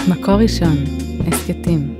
מקור ראשון, הסקטים.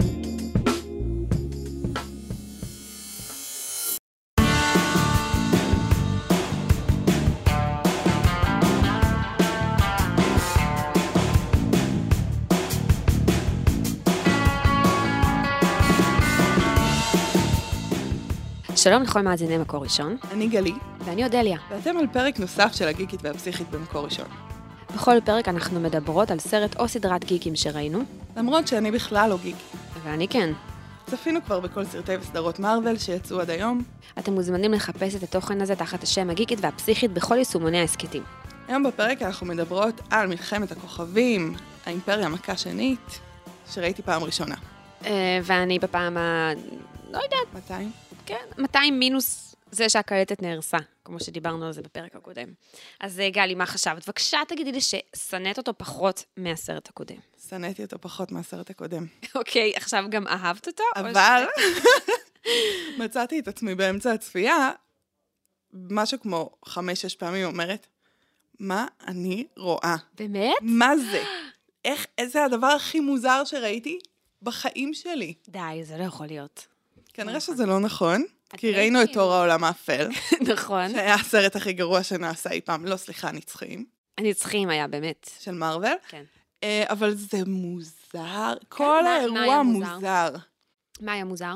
שלום לכל מאזיני מקור ראשון. אני גלי. ואני אודליה. ואתם על פרק נוסף של הגיקית והפסיכית במקור ראשון. בכל פרק אנחנו מדברות על סרט או סדרת גיקים שראינו. למרות שאני בכלל לא גיק. ואני כן. צפינו כבר בכל סרטי וסדרות מארוול שיצאו עד היום. אתם מוזמנים לחפש את התוכן הזה תחת השם הגיקית והפסיכית בכל יישומוני ההסקטים. היום בפרק אנחנו מדברות על מלחמת הכוכבים, האימפריה מכה שנית, שראיתי פעם ראשונה. ואני בפעם לא יודעת. 200? כן, 200 מינוס זה שהקלטת נהרסה, כמו שדיברנו על זה בפרק הקודם. אז גלי, מה חשבת? בבקשה תגידי לי ששנאת אותו פחות מהסרט הקודם. שנאתי אותו פחות מהסרט הקודם. אוקיי, עכשיו גם אהבת אותו? אבל מצאתי את עצמי באמצע הצפייה, משהו כמו 5-6 פעמים אומרת, מה אני רואה? באמת? מה זה? איזה הדבר הכי מוזר שראיתי בחיים שלי. די, זה לא יכול להיות. כנראה שזה לא נכון, כי ראינו את אור העולם האפל. נכון. שהיה הסרט הכי גרוע שנעשה אי פעם, לא סליחה, נצחים. הנצחים היה באמת. של מארוול. כן. אבל זה מוזר, כל האירוע מוזר. מה היה מוזר?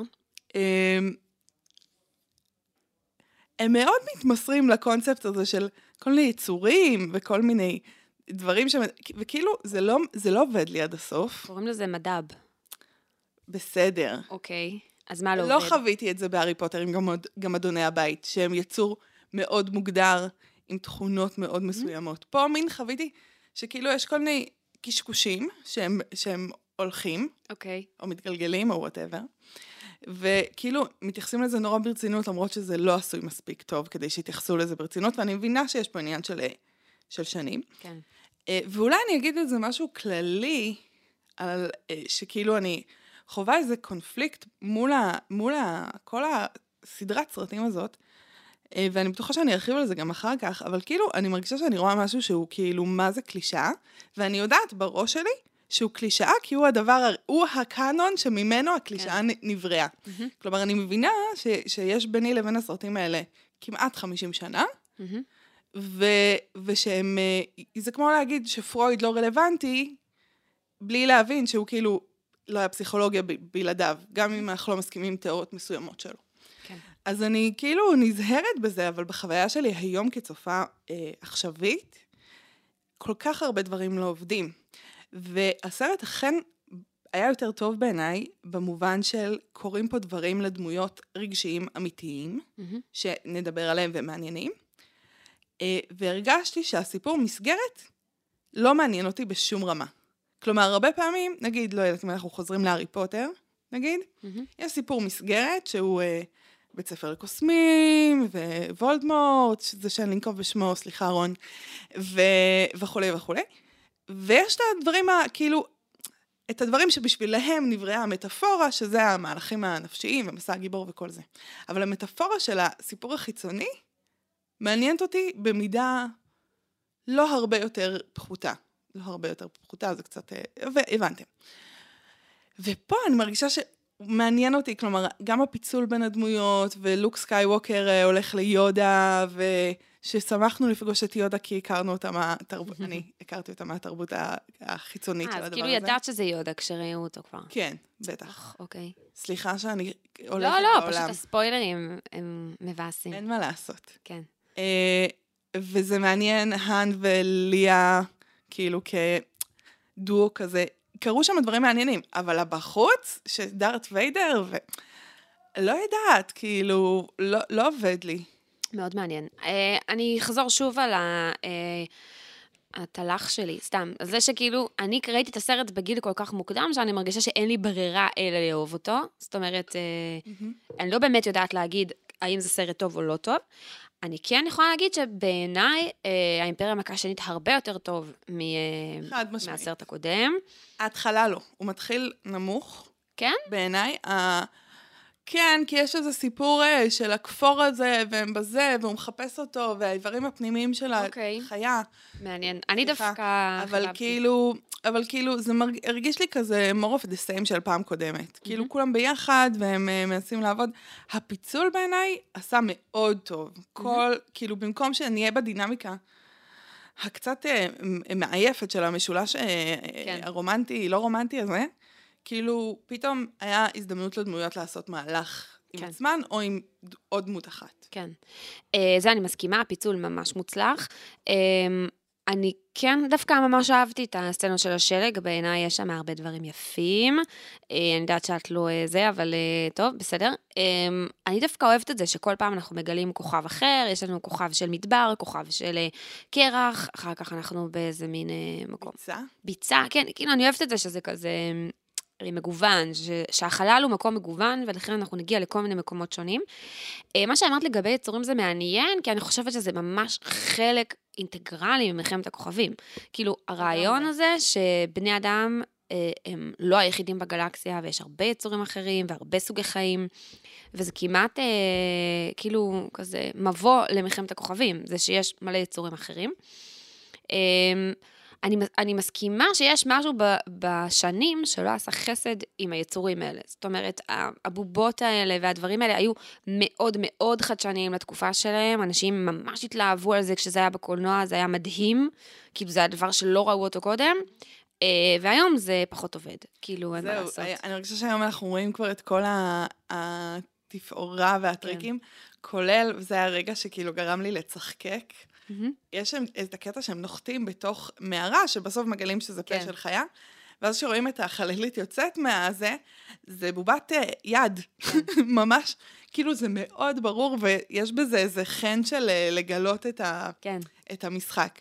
הם מאוד מתמסרים לקונספט הזה של כל מיני יצורים וכל מיני דברים וכאילו זה לא עובד לי עד הסוף. קוראים לזה מדב. בסדר. אוקיי. אז מה לא עובד? לא חוויתי את זה בהארי פוטר עם גם אדוני הבית, שהם יצור מאוד מוגדר, עם תכונות מאוד מסוימות. פה מין חוויתי שכאילו יש כל מיני קשקושים שהם הולכים, או מתגלגלים, או whatever, וכאילו מתייחסים לזה נורא ברצינות, למרות שזה לא עשוי מספיק טוב, כדי שיתייחסו לזה ברצינות, ואני מבינה שיש פה עניין של שנים. כן. ואולי אני אגיד את זה משהו כללי, על שכאילו אני חובה איזה קונפליקט מול כל הסדרת סרטים הזאת, ואני בטוחה שאני ארחיב על זה גם אחר כך, אבל כאילו אני מרגישה שאני רואה משהו שהוא כאילו מה זה קלישאה, ואני יודעת בראש שלי שהוא קלישאה, כי הוא הקאנון שממנו הקלישאה נבראה. כלומר, אני מבינה שיש ביני לבין הסרטים האלה כמעט 50 שנה, ושהם, זה כמו להגיד שפרויד לא רלוונטי, בלי להבין שהוא כאילו לא היה פסיכולוגיה בלעדיו, גם אם אנחנו לא מסכימים עם תיאוריות מסוימות שלו. כן. אז אני כאילו נזהרת בזה, אבל בחוויה שלי היום כצופה עכשווית, כל כך הרבה דברים לא עובדים. והסרט אכן היה יותר טוב בעיניי, במובן של קוראים פה דברים לדמויות רגשיים אמיתיים, שנדבר עליהם ומעניינים. והרגשתי שהסיפור מסגרת לא מעניין אותי בשום רמה. כלומר, הרבה פעמים, נגיד, לא יודעת אם אנחנו חוזרים להארי פוטר, נגיד, יש סיפור מסגרת שהוא בית ספר לקוסמים, ווולדמורט, זה שאני לנקוב בשמו, סליחה רון, וכו' וכו'. ויש את הדברים, כאילו, את הדברים שבשבילהם נבראה המטאפורה, שזה המהלכים הנפשיים, ומסע הגיבור וכל זה. אבל המטאפורה של הסיפור החיצוני, מעניינת אותי במידה לא הרבה יותר פחותה. לא הרבה יותר פחותה, זה קצת, הבנתם. ופה אני מרגישה שמעניין אותי, כלומר, גם הפיצול בין הדמויות, ולוק סקייווקר הולך ליודה, וששמחנו לפגוש את יודה, כי הכרנו אותה אני הכרתי אותה מהתרבות החיצונית של הדבר הזה. אז כאילו ידעת שזה יודה כשראינו אותו כבר. כן, בטח. אוקיי. סליחה שאני הולכת בעולם. לא, פשוט הספוילרים הם מבאסים. אין מה לעשות. כן. וזה מעניין, האן וליה, כאילו כדואו כזה, קראו שם דברים מעניינים, אבל הבחוץ, שדארת ויידר, לא יודעת, כאילו, לא עובד לי. מאוד מעניין. אני אחזור שוב על התלך שלי, סתם. זה שכאילו, אני ראיתי את הסרט בגיל כל כך מוקדם, שאני מרגישה שאין לי ברירה אלא לאהוב אותו. זאת אומרת, אני לא באמת יודעת להגיד האם זה סרט טוב או לא טוב. אני כן יכולה להגיד שבעיניי האימפריה מכה שנית הרבה יותר טוב מהסרט הקודם. ההתחלה לא, הוא מתחיל נמוך. כן? בעיניי, כן, כי יש איזה סיפור של הכפור הזה, והם בזה, והוא מחפש אותו, והאיברים הפנימיים של החיה. מעניין. אני דווקא אבל כאילו, זה הרגיש לי כזה more of the same של פעם קודמת. כאילו, כולם ביחד, והם מנסים לעבוד. הפיצול בעיניי עשה מאוד טוב. כאילו, במקום שנהיה בדינמיקה, הקצת מעייפת של המשולש הרומנטי, לא רומנטי הזה, כאילו, פתאום היה הזדמנות לדמויות לעשות מהלך עם עצמן, או עם עוד דמות אחת. כן. זה אני מסכימה, הפיצול ממש מוצלח. אני כן דווקא ממש אהבתי את הסצנות של השלג, בעיניי יש שם הרבה דברים יפים, אני יודעת שאת לא זה, אבל טוב, בסדר. אני דווקא אוהבת את זה שכל פעם אנחנו מגלים כוכב אחר, יש לנו כוכב של מדבר, כוכב של קרח, אחר כך אנחנו באיזה מין מקום. ביצה? ביצה, כן, כאילו אני אוהבת את זה שזה כזה מגוון, שהחלל הוא מקום מגוון, ולכן אנחנו נגיע לכל מיני מקומות שונים. מה שאמרת לגבי יצורים זה מעניין, כי אני חושבת שזה ממש חלק אינטגרלי ממלחמת הכוכבים. כאילו, הרעיון הזה שבני אדם הם לא היחידים בגלקסיה, ויש הרבה יצורים אחרים, והרבה סוגי חיים, וזה כמעט כאילו כזה מבוא למלחמת הכוכבים, זה שיש מלא יצורים אחרים. אני מסכימה שיש משהו בשנים שלא עשה חסד עם היצורים האלה. זאת אומרת, הבובות האלה והדברים האלה היו מאוד מאוד חדשניים לתקופה שלהם, אנשים ממש התלהבו על זה כשזה היה בקולנוע, זה היה מדהים, כאילו זה הדבר שלא ראו אותו קודם, והיום זה פחות עובד, כאילו אין מה לעשות. אני חושבת שהיום אנחנו רואים כבר את כל התפאורה והטריקים, כולל, וזה הרגע שכאילו גרם לי לצחקק, יש את הקטע שהם נוחתים בתוך מערה, שבסוף מגלים שזה פה של חיה, ואז שרואים את החללית יוצאת מהזה, זה בובת יד, ממש, כאילו זה מאוד ברור, ויש בזה איזה חן של לגלות את המשחק.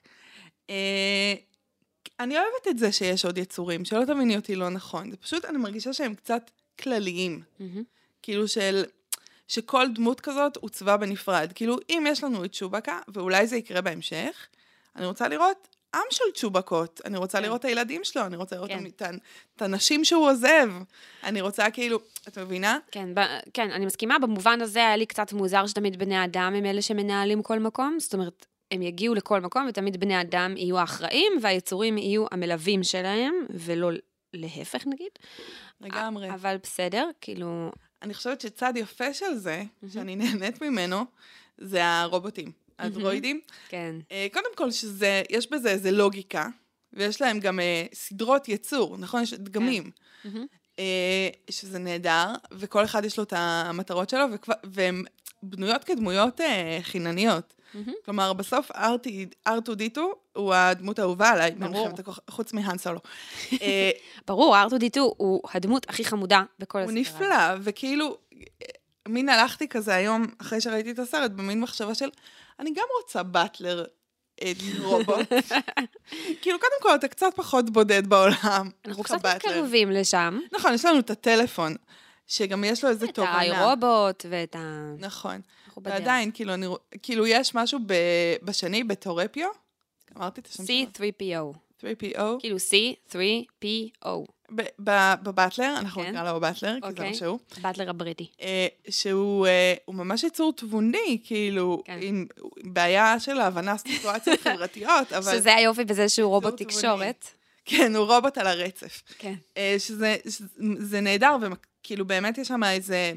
אני אוהבת את זה שיש עוד יצורים, שלא תביני אותי לא נכון, זה פשוט, אני מרגישה שהם קצת כלליים, כאילו שכל דמות כזאת הוצבה בנפרד. כאילו, אם יש לנו את צ'ובקה, ואולי זה יקרה בהמשך, אני רוצה לראות עם של צ'ובקות, אני רוצה לראות את הילדים שלו, אני רוצה לראות את הנשים שהוא עוזב, אני רוצה כאילו, את מבינה? כן, אני מסכימה, במובן הזה היה לי קצת מוזר שתמיד בני אדם הם אלה שמנהלים כל מקום, זאת אומרת, הם יגיעו לכל מקום, ותמיד בני אדם יהיו האחראים, והיצורים יהיו המלווים שלהם, ולא להפך נגיד. לגמרי. אבל בסדר, כאילו... אני חושבת שצד יפה של זה, שאני נהנית ממנו, זה הרובוטים, הדרואידים. כן. קודם כל, יש בזה איזה לוגיקה, ויש להם גם סדרות יצור, נכון? יש דגמים. שזה נהדר, וכל אחד יש לו את המטרות שלו, והן בנויות כדמויות חינניות. כלומר, בסוף R2D2 הוא הדמות האהובה עליי, חוץ מהאן סולו. ברור, R2D2 הוא הדמות הכי חמודה בכל הסדרה. הוא נפלא, וכאילו, מין הלכתי כזה היום, אחרי שראיתי את הסרט, במין מחשבה של, אני גם רוצה באטלר רובוט. כאילו, קודם כל, אתה קצת פחות בודד בעולם. אנחנו קצת מתקרבים לשם. נכון, יש לנו את הטלפון, שגם יש לו איזה תובנה. את האירובוט ואת ה... נכון. ועדיין, כאילו, יש משהו בשני, בטורפיו, אמרתי את השם שלו? C3PO. 3PO. כאילו C3PO. בבטלר, אנחנו נקרא לו בבטלר, כי זה מה שהוא. בטלר הבריטי. שהוא ממש יצור תבוני, כאילו, עם בעיה של ההבנה סיטואציות חברתיות, אבל... שזה היופי בזה שהוא רובוט תקשורת. כן, הוא רובוט על הרצף. כן. שזה נהדר, וכאילו באמת יש שם איזה...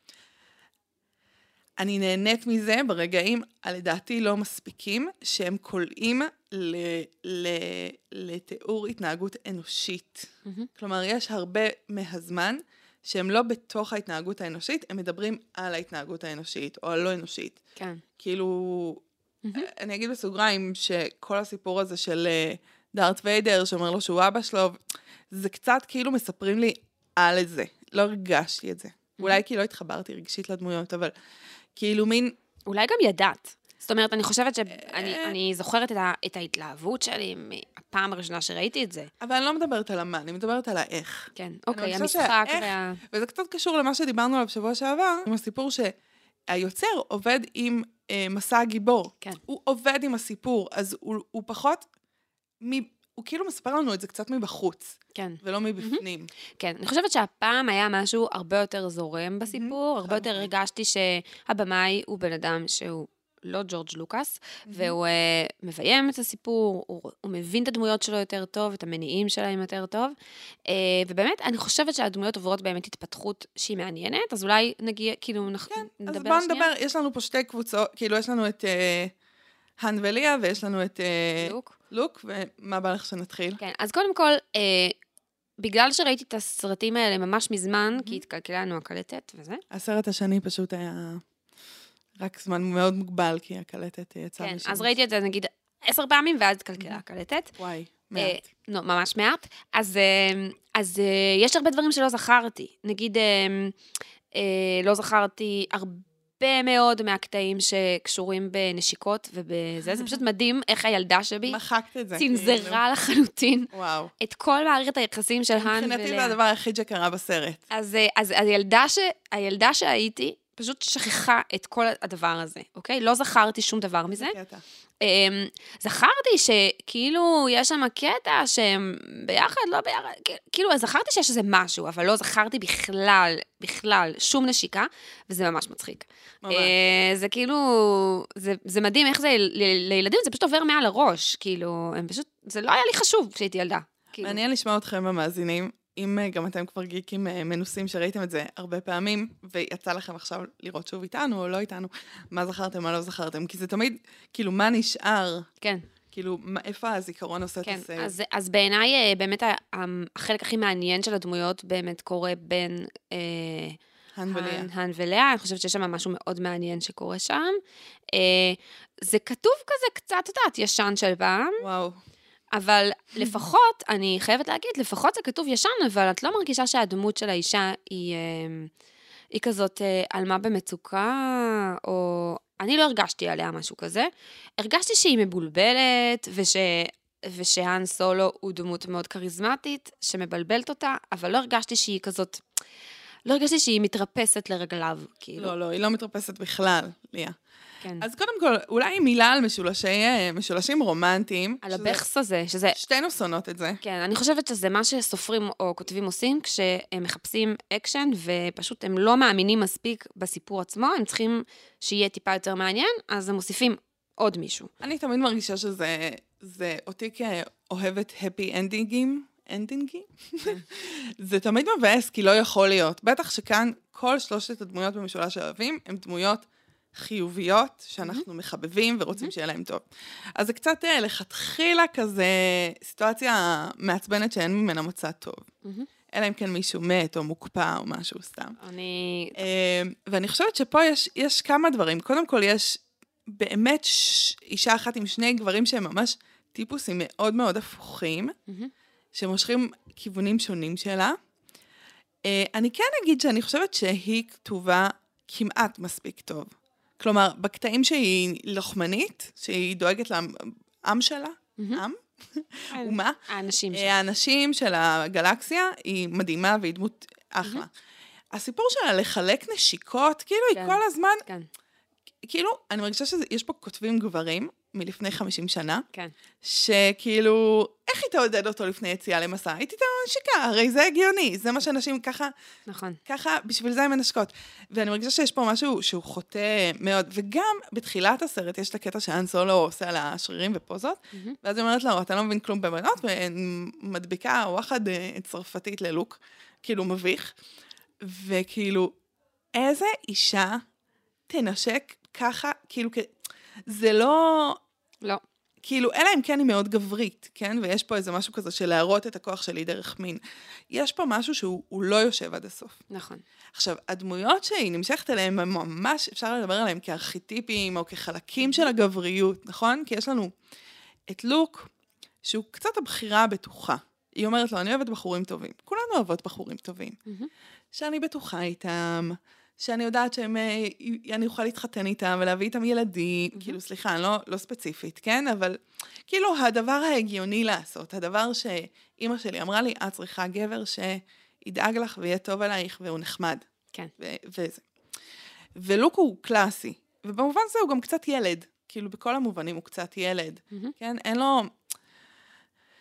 אני נהנית מזה ברגעים, לדעתי לא מספיקים, שהם קולעים לתיאור התנהגות אנושית. כלומר, יש הרבה מהזמן שהם לא בתוך ההתנהגות האנושית, הם מדברים על ההתנהגות האנושית, או הלא אנושית. כן. כאילו, אני אגיד בסוגריים, שכל הסיפור הזה של דארת ויידר, שאומר לו שהוא אבא שלו, זה קצת כאילו מספרים לי על זה. לא הרגשתי את זה. אולי כי לא התחברתי רגשית לדמויות, אבל... כאילו מין... אולי גם ידעת. זאת אומרת, אני חושבת שאני זוכרת את ההתלהבות שלי מהפעם הראשונה שראיתי את זה. אבל אני לא מדברת על המה, אני מדברת על האיך. כן, אוקיי, המשחק וזה קצת קשור למה שדיברנו עליו בשבוע שעבר, עם הסיפור שהיוצר עובד עם מסע הגיבור. כן. הוא עובד עם הסיפור, אז הוא פחות... הוא כאילו מספר לנו את זה קצת מבחוץ, כן. ולא מבפנים. כן, אני חושבת שהפעם היה משהו הרבה יותר זורם בסיפור, הרבה יותר הרגשתי שהבמאי הוא בן אדם שהוא לא ג'ורג' לוקאס, והוא מביים את הסיפור, הוא מבין את הדמויות שלו יותר טוב, את המניעים שלהם יותר טוב, ובאמת, אני חושבת שהדמויות עוברות באמת התפתחות שהיא מעניינת, אז אולי נגיע, כאילו, נדבר שנייה. אז בואו נדבר, יש לנו פה שתי קבוצות, כאילו יש לנו את האן וליה, ויש לנו את לוק, ומה בא לך שנתחיל? כן, אז קודם כל, בגלל שראיתי את הסרטים האלה ממש מזמן, כי התקלקלה לנו הקלטת וזה. הסרט השני פשוט היה רק זמן מאוד מוגבל, כי הקלטת יצאה כן, לשימוש. אז ראיתי את זה נגיד 10 פעמים, ואז התקלקלה הקלטת. וואי, מעט. לא, ממש מעט. אז יש הרבה דברים שלא זכרתי. נגיד, לא זכרתי הרבה מאוד מהקטעים שקשורים בנשיקות ובזה. זה פשוט מדהים איך הילדה שבי מחקת את זה. צנזרה לחלוטין וואו. את כל מערכת היחסים של האן ולאה. מבחינתי זה הדבר היחיד שקרה בסרט. אז הילדה שהייתי פשוט שכחה את כל הדבר הזה, אוקיי? לא זכרתי שום דבר מזה. זכרתי שכאילו יש שם קטע שהם ביחד, לא ביחד, כאילו זכרתי שיש איזה משהו, אבל לא זכרתי בכלל שום נשיקה, וזה ממש מצחיק. זה כאילו, זה מדהים איך זה, לילדים זה פשוט עובר מעל הראש, כאילו, הם פשוט, זה לא היה לי חשוב כשהייתי ילדה. מעניין לשמוע אתכם המאזינים, אם גם אתם כבר גיקים מנוסים שראיתם את זה הרבה פעמים, ויצא לכם עכשיו לראות שוב איתנו או לא איתנו, מה זכרתם, מה לא זכרתם, כי זה תמיד, כאילו, מה נשאר? כן. כאילו, איפה הזיכרון עושה את הסרט? כן, אז בעיניי, באמת, החלק הכי מעניין של הדמויות באמת קורה בין האן ולאה, אני חושבת שיש שם משהו מאוד מעניין שקורה שם. זה כתוב כזה קצת, את יודעת, ישן של פעם. וואו. אבל לפחות, אני חייבת להגיד, לפחות זה כתוב ישן, אבל את לא מרגישה שהדמות של האישה היא כזאת אלמה במצוקה, או אני לא הרגשתי עליה משהו כזה. הרגשתי שהיא מבולבלת, ושהאן סולו הוא דמות מאוד קריזמטית, שמבלבלת אותה, אבל לא הרגשתי שהיא כזאת, לא הרגשתי שהיא מתרפסת לרגליו, כאילו. לא, לא, היא לא מתרפסת בכלל, ליה. כן. אז קודם כל, אולי מילה על משולשים רומנטיים. על הבכס הזה, שזה... שתינו שונאות את זה. כן, אני חושבת שזה מה שסופרים או כותבים עושים, כשהם מחפשים אקשן, ופשוט הם לא מאמינים מספיק בסיפור עצמו, הם צריכים שיהיה טיפה יותר מעניין, אז הם מוסיפים עוד מישהו. אני תמיד מרגישה שזה אותי כאוהבת happy endingים, זה תמיד מבאס, כי לא יכול להיות. בטח שכאן כל שלושת הדמויות במשולש האוהבים, הן דמויות חיוביות, שאנחנו מחבבים ורוצים שיהיה להם טוב. אז זה קצת לכתחילה כזה סיטואציה מעצבנת שאין ממנה מוצא טוב. אלא אם כן מישהו מת או מוקפא או משהו סתם. ואני חושבת שפה יש כמה דברים. קודם כל יש באמת אישה אחת עם שני גברים שהם ממש טיפוסים מאוד מאוד הפוכים, שמושכים כיוונים שונים שלה. אני כן אגיד שאני חושבת שהיא כתובה כמעט מספיק טוב. כלומר, בקטעים שהיא לוחמנית, שהיא דואגת לעם שלה, עם? ומה? האנשים של הגלקסיה, היא מדהימה והיא דמות אחלה. הסיפור שלה לחלק נשיקות, כאילו היא כל הזמן, כאילו, אני מרגישה שיש פה כותבים גברים, מלפני 50 שנה, שכאילו, איך היא תעודד אותו לפני יציאה למסע? היא תיתן לו נשיקה, הרי זה הגיוני, זה מה שאנשים ככה, ככה, בשביל זה הם מנשקות. ואני מרגישה שיש פה משהו שהוא חוטא מאוד, וגם בתחילת הסרט יש את הקטע שהאן סולו עושה על השרירים ופוזות, ואז היא אומרת לו, אתה לא מבין כלום בבנות, ומדביקה וואחד צרפתית ללוק, כאילו מביך, וכאילו, איזה אישה תנשק ככה, כאילו, זה לא... לא. כאילו, אלא אם כן היא מאוד גברית, כן? ויש פה איזה משהו כזה של להראות את הכוח שלי דרך מין. יש פה משהו שהוא לא יושב עד הסוף. נכון. עכשיו, הדמויות שהיא נמשכת אליהן, ממש אפשר לדבר עליהן כארכיטיפים או כחלקים של הגבריות, נכון? כי יש לנו את לוק, שהוא קצת הבחירה הבטוחה. היא אומרת לו, אני אוהבת בחורים טובים. כולנו אוהבות בחורים טובים. שאני בטוחה איתם, שאני יודעת שאני אוכל להתחתן איתם ולהביא איתם ילדים, כאילו סליחה, אני לא ספציפית, כן? אבל כאילו הדבר ההגיוני לעשות, הדבר שאימא שלי אמרה לי, את צריכה גבר שידאג לך ויהיה טוב עלייך והוא נחמד. כן. וזה. ולוק הוא קלאסי, ובמובן זה הוא גם קצת ילד, כאילו בכל המובנים הוא קצת ילד, כן? אין לו...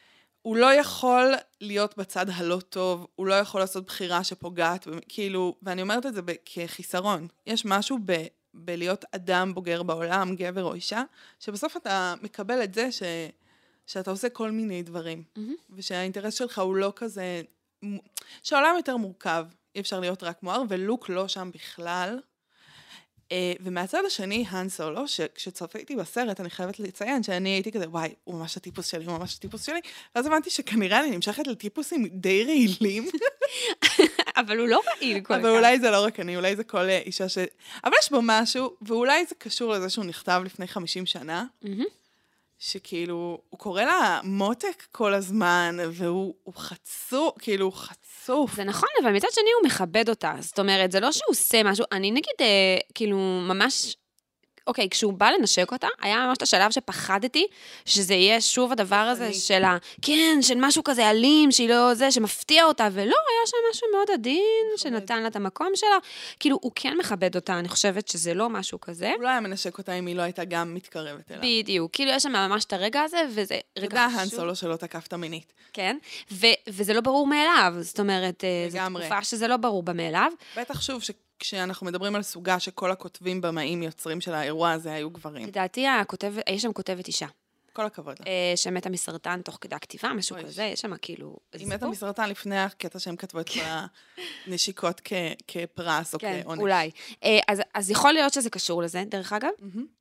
הוא לא יכול להיות בצד הלא טוב, הוא לא יכול לעשות בחירה שפוגעת, כאילו, ואני אומרת את זה כחיסרון. יש משהו בלהיות אדם בוגר בעולם, גבר או אישה, שבסוף אתה מקבל את זה שאתה עושה כל מיני דברים, ושהאינטרס שלך הוא לא כזה, שהעולם יותר מורכב, אי אפשר להיות רק מואר, ולוק לא שם בכלל. ומהצד השני, האן סולו, שכשצפיתי בסרט, אני חייבת לציין שאני הייתי כזה, וואי, הוא ממש הטיפוס שלי, הוא ממש הטיפוס שלי, ואז הבנתי שכנראה אני נמשכת לטיפוסים די רעילים. אבל הוא לא רעיל כל כך. אבל אולי זה לא רק אני, אולי זה כל אישה אבל יש בו משהו, ואולי זה קשור לזה שהוא נכתב לפני 50 שנה, שכאילו, הוא קורא לה מותק כל הזמן, והוא חצוף, כאילו, הוא חצוף. זה נכון, אבל מצד שני הוא מכבד אותה. זאת אומרת, זה לא שהוא עושה משהו, אני נגיד, כאילו, ממש, אוקיי, כשהוא בא לנשק אותה, היה ממש את השלב שפחדתי, שזה יהיה שוב הדבר הזה של כן, של משהו כזה אלים, שהיא לא זה, שמפתיע אותה, ולא, היה שם משהו מאוד עדין, שנתן לה את המקום שלה. כאילו, הוא כן מכבד אותה, אני חושבת שזה לא משהו כזה. הוא לא היה מנשק אותה אם היא לא הייתה גם מתקרבת אליו. בדיוק, כאילו יש שם ממש את הרגע הזה, וזה רגע חשוב. תודה, האן סולו שלא תקפת מינית. כן, וזה לא ברור מאליו, זאת אומרת, זו תקופה שזה לא ברור במאליו. בטח שוב, כשאנחנו מדברים על סוגה שכל הכותבים במאים יוצרים של האירוע הזה היו גברים. לדעתי, יש שם כותבת אישה. כל הכבוד לה. שמתה מסרטן תוך כדי הכתיבה, משהו כזה, יש שם כאילו... היא מתה מסרטן לפני הקטע שהם כתבו את כל הנשיקות כפרס או כעונש. כן, אולי. אז יכול להיות שזה קשור לזה, דרך אגב.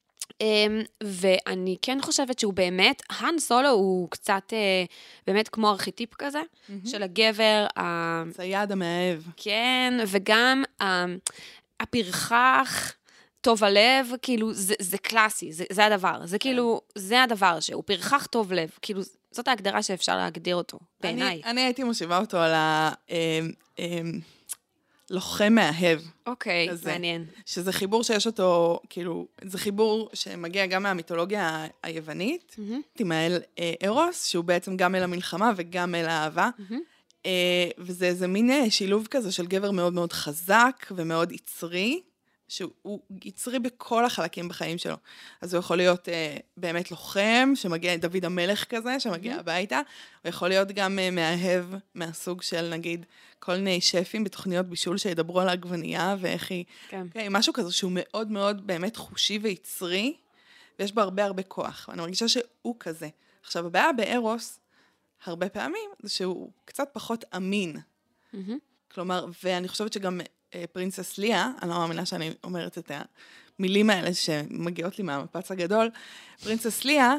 ואני כן חושבת שהוא באמת, האן סולו הוא קצת באמת כמו ארכיטיפ כזה, של הגבר. צייד המאהב. כן, וגם הפרחח, טוב הלב, כאילו זה קלאסי, זה הדבר, זה כאילו, זה הדבר שהוא פרחח טוב לב, כאילו זאת ההגדרה שאפשר להגדיר אותו, בעיניי. אני הייתי מושיבה אותו על לוחם מאהב. אוקיי, מעניין. שזה חיבור שיש אותו, כאילו, זה חיבור שמגיע גם מהמיתולוגיה היוונית, עם האל ארוס, שהוא בעצם גם אל המלחמה וגם אל האהבה, וזה איזה מין שילוב כזה של גבר מאוד מאוד חזק ומאוד יצרי, שהוא יצרי בכל החלקים בחיים שלו. אז הוא יכול להיות באמת לוחם, שמגיע דוד המלך כזה, שמגיע הביתה, הוא יכול להיות גם מאהב מהסוג של נגיד כל מיני שפים בתוכניות בישול שידברו על העגבנייה, ואיך היא... כן. משהו כזה שהוא מאוד מאוד באמת חושי ויצרי, ויש בו הרבה הרבה כוח. ואני מרגישה שהוא כזה. עכשיו, הבעיה בארוס, הרבה פעמים, זה שהוא קצת פחות אמין. כלומר, ואני חושבת שגם פרינסס ליה, אני לא מאמינה שאני אומרת את המילים האלה שמגיעות לי מהמפץ הגדול, פרינסס ליה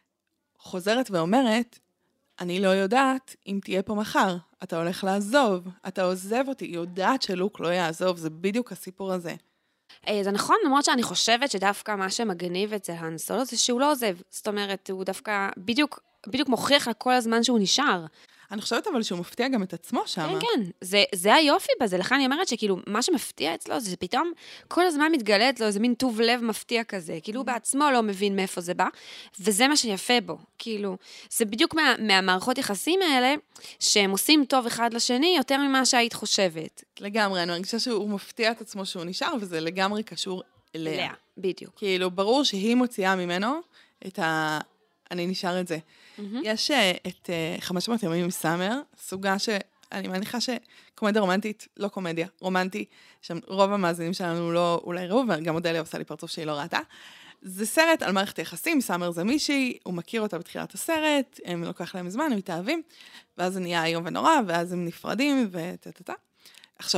חוזרת ואומרת, אני לא יודעת אם תהיה פה מחר, אתה הולך לעזוב, אתה עוזב אותי, היא יודעת שלוק לא יעזוב, זה בדיוק הסיפור הזה. זה נכון, למרות שאני חושבת שדווקא מה שמגניב אצל האן סולו זה שהוא לא עוזב, זאת אומרת, הוא דווקא בדיוק מוכיח לה כל הזמן שהוא נשאר. אני חושבת אבל שהוא מפתיע גם את עצמו שם. כן, כן, זה היופי בזה, לכן אני אומרת שכאילו, מה שמפתיע אצלו זה שפתאום כל הזמן מתגלה אצלו איזה מין טוב לב מפתיע כזה, כאילו הוא בעצמו לא מבין מאיפה זה בא, וזה מה שיפה בו, כאילו, זה בדיוק מהמערכות יחסים האלה, שהם עושים טוב אחד לשני יותר ממה שהיית חושבת. לגמרי, אני מרגישה שהוא מפתיע את עצמו שהוא נשאר, וזה לגמרי קשור אליה. בדיוק. כאילו, ברור שהיא מוציאה ממנו את אני נשאר את זה. יש את 500 ימים מסאמר, סוגה שאני מניחה שקומדיה רומנטית, לא קומדיה, רומנטי, שרוב המאזינים שלנו לא אולי ראו, וגם אודליה עושה לי פרצוף שהיא לא ראתה. זה סרט על מערכת יחסים, סאמר זה מישהי, הוא מכיר אותה בתחילת הסרט, הם לוקח להם זמן, הם מתאהבים, ואז זה נהיה איום ונורא, ואז הם נפרדים, וטטטה. עכשיו,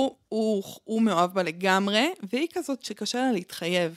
הוא מאוהב בה לגמרי, והיא כזאת שקשה לה להתחייב.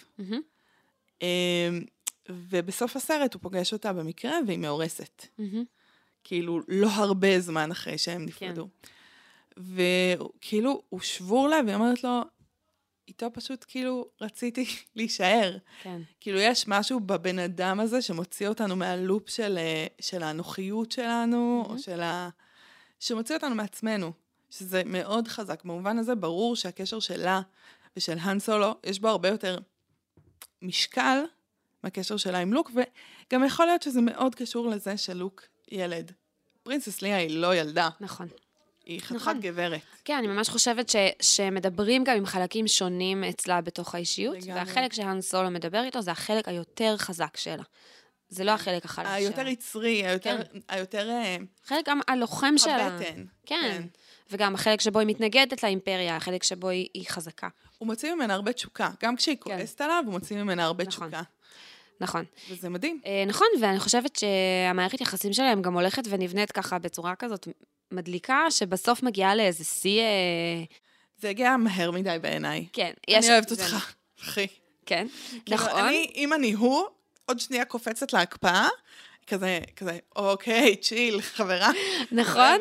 ובסוף הסרט הוא פוגש אותה במקרה, והיא מאורסת. כאילו, לא הרבה זמן אחרי שהם נפרדו. וכאילו, הוא שבור לה, והיא אומרת לו, איתו פשוט כאילו רציתי להישאר. כן. כאילו, יש משהו בבן אדם הזה, שמוציא אותנו מהלופ של האנוכיות שלנו, או שמוציא אותנו מעצמנו. שזה מאוד חזק. במובן הזה, ברור שהקשר שלה ושל האן סולו, יש בו הרבה יותר משקל, מהקשר שלה עם לוק, וגם יכול להיות שזה מאוד קשור לזה שלוק ילד. פרינסס ליה היא לא ילדה. נכון. היא חתיכת גברת. כן, אני ממש חושבת שמדברים גם עם חלקים שונים אצלה בתוך האישיות, והחלק שהאן סולו מדבר איתו זה החלק היותר חזק שלה. זה לא החלק החלש שלה. היותר יצרי, היותר... חלק גם הלוחם שלה. הבטן. כן. וגם החלק שבו היא מתנגדת לאימפריה, החלק שבו היא חזקה. הוא מוציא ממנה הרבה תשוקה. גם כשהיא כועסת עליו, הוא מוציא ממנה הרבה תשוקה. נכון. וזה מדהים. נכון, ואני חושבת שהמערכת יחסים שלהם גם הולכת ונבנית ככה בצורה כזאת מדליקה, שבסוף מגיעה לאיזה שיא... זה הגיע מהר מדי בעיניי. כן. אני אוהבת אותך, אחי. כן, נכון. אם אני הוא, עוד שנייה קופצת להקפאה, כזה, אוקיי, צ'יל, חברה. נכון,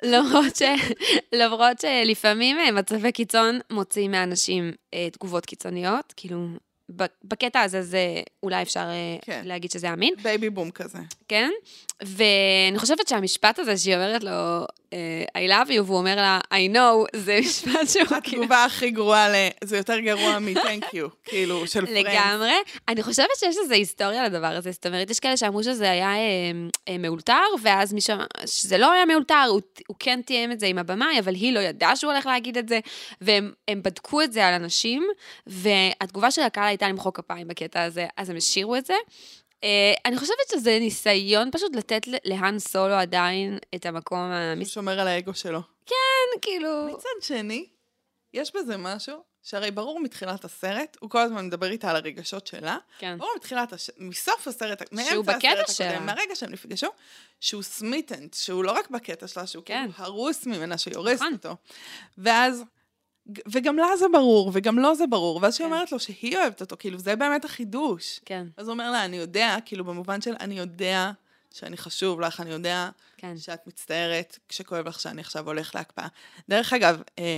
למרות שלפעמים מצבי קיצון מוציאים מאנשים תגובות קיצוניות, כאילו, בקטע הזה זה אולי אפשר להגיד שזה אמין. בייבי בום כזה. כן, ואני חושבת שהמשפט הזה שהיא אומרת לו, I love you, והוא אומר לה, I know, זה משפט שהוא... התגובה הכי גרועה, זה יותר גרוע מ-thank you, כאילו, של פרנד. לגמרי. אני חושבת שיש איזו היסטוריה לדבר הזה, זאת אומרת, יש כאלה שאמרו שזה היה מאולתר, ואז מישהו, שזה לא היה מאולתר, הוא כן תיאם את זה עם הבמאי, אבל היא לא ידעה שהוא הולך להגיד את זה, והם בדקו את זה על אנשים, והתגובה של הקהל הייתה למחוא כפיים בקטע הזה, אז הם השאירו את זה. אני חושבת שזה ניסיון פשוט לתת להאן סולו עדיין את המקום... הוא שומר על האגו שלו. כן, כאילו... מצד שני, יש בזה משהו, שהרי ברור מתחילת הסרט, הוא כל הזמן מדבר איתה על הרגשות שלה, כן. ברור מסוף הסרט, שהוא בקטע שלה. מהרגע שהם נפגשו, שהוא סמיטנט, שהוא לא רק בקטע שלה, שהוא כאילו הרוס ממנה, שהיא הורסת אותו. ואז... וגם לה זה ברור, וגם לא זה ברור, ואז שהיא אומרת לו שהיא אוהבת אותו, כאילו זה באמת החידוש. כן. אז הוא אומר לה, אני יודע, כאילו במובן של אני יודע שאני חשוב לך, אני יודע שאת מצטערת כשכואב לך שאני עכשיו הולך להקפאה. דרך אגב,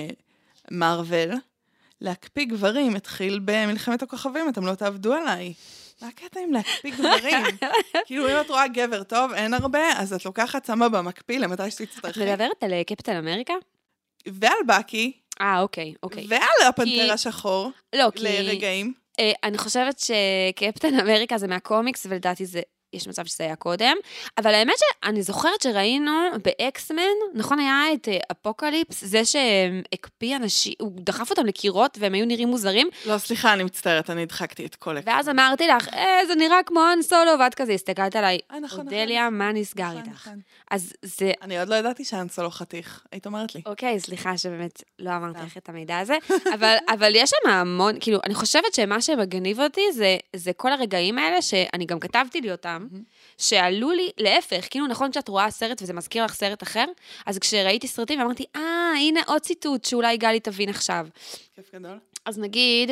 מרוול, להקפיא גברים התחיל במלחמת הכוכבים, אתם לא תעבדו עליי. מה הקטע עם להקפיא גברים? כאילו אם את רואה גבר טוב, אין הרבה, אז את לוקחת שמה במקפיא למתי שתצטרכי. את מדברת על קפטן אמריקה? ועל בקי. אוקיי. ועל הפנתר השחור, לא, לרגעים. אני חושבת שקפטן אמריקה זה מהקומיקס, ולדעתי יש מצב שזה היה קודם, אבל האמת שאני זוכרת שראינו באקסמן, נכון היה את אפוקליפס, זה שהקפיא אנשים, הוא דחף אותם לקירות והם היו נראים מוזרים. לא, סליחה, אני מצטערת, אני הדחקתי את כל אקסמן. ואז אמרתי לך, זה נראה כמו האן סולו, ואת כזה הסתכלת עליי, אודליה, מה נסגר איתך? אז זה... אני עוד לא ידעתי שהאן סולו חתיך, היית אומרת לי. אוקיי, סליחה שבאמת לא אמרתי לך את המידע הזה, אבל יש שם המון, כאילו, אני חושבת שמה שמגניב אותי זה כל הרגעים האלה שאני גם כתבתי לי אותם, שעלו לי להפך, כאילו נכון כשאת רואה סרט וזה מזכיר לך סרט אחר, אז כשראיתי סרטים אמרתי, הנה עוד ציטוט שאולי גלי תבין עכשיו. כיף גדול. אז נגיד,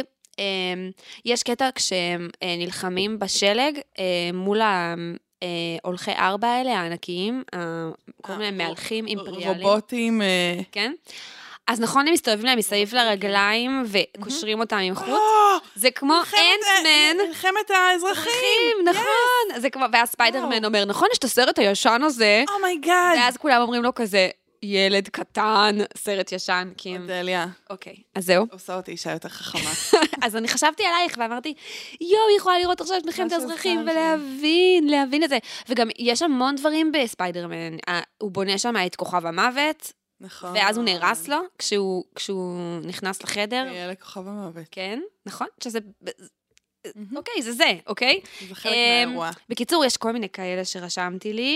יש קטע כשהם נלחמים בשלג מול הולכי 4 האלה, הענקיים, כל מיני מהלכים אימפריאליים. רובוטים. כן? אז נכון, הם מסתובבים להם מסביב לרגליים וקושרים אותם עם חוט. זה כמו אנטמן. מלחמת האזרחים. נכון. זה כמו, ואז ספיידרמן אומר, נכון, יש את הסרט הישן הזה. אומייגאד. ואז כולם אומרים לו כזה, ילד קטן, סרט ישן, כי... אודליה. אוקיי, אז זהו. עושה אותי אישה יותר חכמה. אז אני חשבתי עלייך ואמרתי, היא יכולה לראות עכשיו את מלחמת האזרחים ולהבין את זה. וגם יש המון דברים בספיידרמן. הוא בונה שם את כוכב המוות. נכון. ואז הוא נהרס לו, כשהוא נכנס לחדר. יהיה לכוכב המוות. כן, נכון? שזה... אוקיי, זה, אוקיי? זה חלק מהאירוע. בקיצור, יש כל מיני כאלה שרשמתי לי,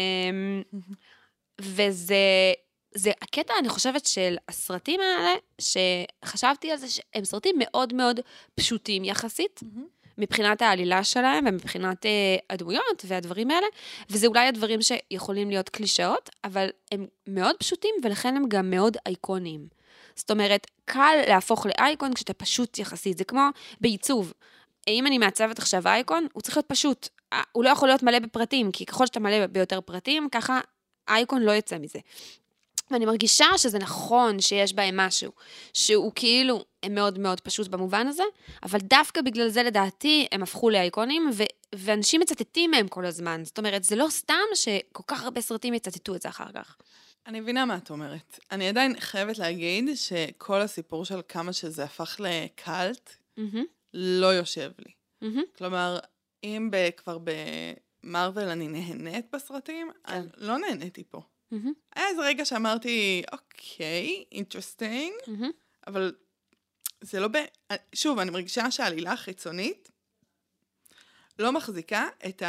וזה הקטע, אני חושבת, של הסרטים האלה, שחשבתי על זה שהם סרטים מאוד מאוד פשוטים יחסית, מבחינת העלילה שלהם ומבחינת הדמויות והדברים האלה, וזה אולי הדברים שיכולים להיות קלישאות, אבל הם מאוד פשוטים ולכן הם גם מאוד אייקוניים. זאת אומרת, קל להפוך לאייקון כשאתה פשוט יחסית, זה כמו בעיצוב. אם אני מעצבת עכשיו אייקון, הוא צריך להיות פשוט. הוא לא יכול להיות מלא בפרטים, כי ככל שאתה מלא ביותר פרטים, ככה אייקון לא יצא מזה. ואני מרגישה שזה נכון שיש בהם משהו, שהוא כאילו מאוד מאוד פשוט במובן הזה, אבל דווקא בגלל זה לדעתי הם הפכו לאייקונים, ואנשים מצטטים מהם כל הזמן. זאת אומרת, זה לא סתם שכל כך הרבה סרטים יצטטו את זה אחר כך. אני מבינה מה את אומרת. אני עדיין חייבת להגיד שכל הסיפור של כמה שזה הפך לקלט, לא יושב לי. כלומר, אם כבר במרוול אני נהנית בסרטים, אני לא נהניתי פה. היה איזה רגע שאמרתי, אוקיי, אינטרסטינג, אבל זה לא שוב, אני מרגישה שהעלילה החיצונית לא מחזיקה את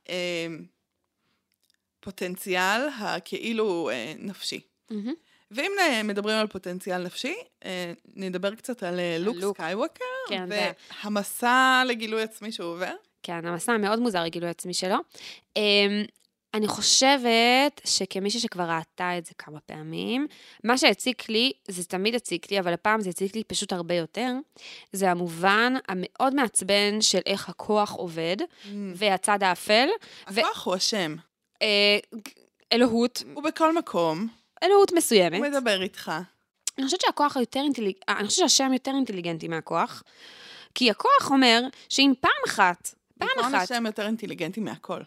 הפוטנציאל הכאילו נפשי. ואם מדברים על פוטנציאל נפשי, נדבר קצת על לוק סקייווקר, כן, והמסע לגילוי עצמי שהוא עובר. כן, המסע מאוד מוזר לגילוי עצמי שלו. אני חושבת שכמישהי שכבר ראתה את זה כמה פעמים, מה שהציק לי, זה תמיד הציק לי, אבל הפעם זה הציק לי פשוט הרבה יותר, זה המובן המאוד מעצבן של איך הכוח עובד, והצד האפל. הכוח הוא השם. אלוהות. הוא בכל מקום. אלוהות מסוימת. הוא מדבר איתך. אני חושבת שהכוח היותר אני חושבת שהשם יותר אינטליגנטי מהכוח, כי הכוח אומר שאם פעם אחת, בעיקרון השם יותר אינטליגנטי מהכל.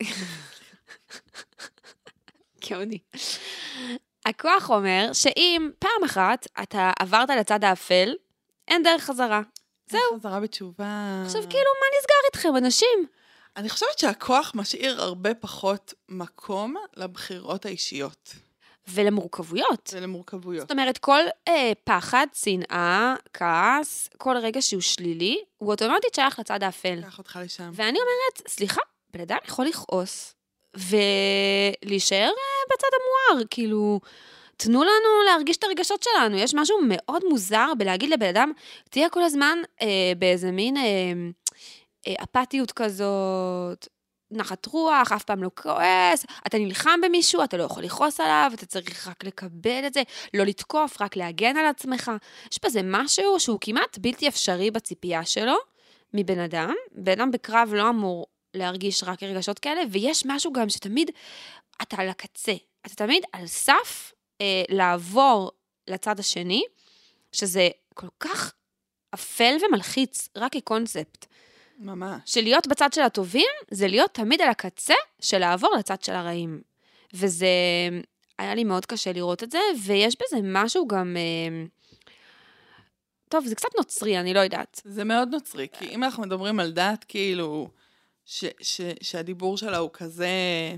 גאוני. הכוח אומר שאם פעם אחת אתה עברת לצד האפל, אין דרך חזרה. זהו. חזרה בתשובה. עכשיו כאילו, מה נסגר איתכם, אנשים? אני חושבת שהכוח משאיר הרבה פחות מקום לבחירות האישיות. ולמורכבויות. ולמורכבויות. זאת אומרת, כל פחד, שנאה, כעס, כל רגע שהוא שלילי, הוא אוטומטית שייך לצד האפל. קח אותך לשם. ואני אומרת, סליחה, בן אדם יכול לכעוס, ולהישאר בצד המואר, כאילו, תנו לנו להרגיש את הרגשות שלנו. יש משהו מאוד מוזר בלהגיד לבן אדם, תהיה כל הזמן באיזה מין אפתיות כזאת, נחת רוח, אף פעם לא כועס, אתה נלחם במישהו, אתה לא יכול לכעוס עליו, אתה צריך רק לקבל את זה, לא לתקוף, רק להגן על עצמך. יש בזה משהו שהוא כמעט בלתי אפשרי בציפייה שלו, מבן אדם. בן אדם בקרב לא אמור להרגיש רק רגשות כאלה, ויש משהו גם שתמיד אתה על הקצה, אתה תמיד על סף לעבור לצד השני, שזה כל כך אפל ומלחיץ, רק כקונספט. ממש. שלהיות בצד של הטובים, זה להיות תמיד על הקצה של לעבור לצד של הרעים. וזה היה לי מאוד קשה לראות את זה, ויש בזה משהו גם טוב, זה קצת נוצרי, אני לא יודעת. זה מאוד נוצרי, כי אם אנחנו מדברים על דת, כאילו, שהדיבור שלה הוא כזה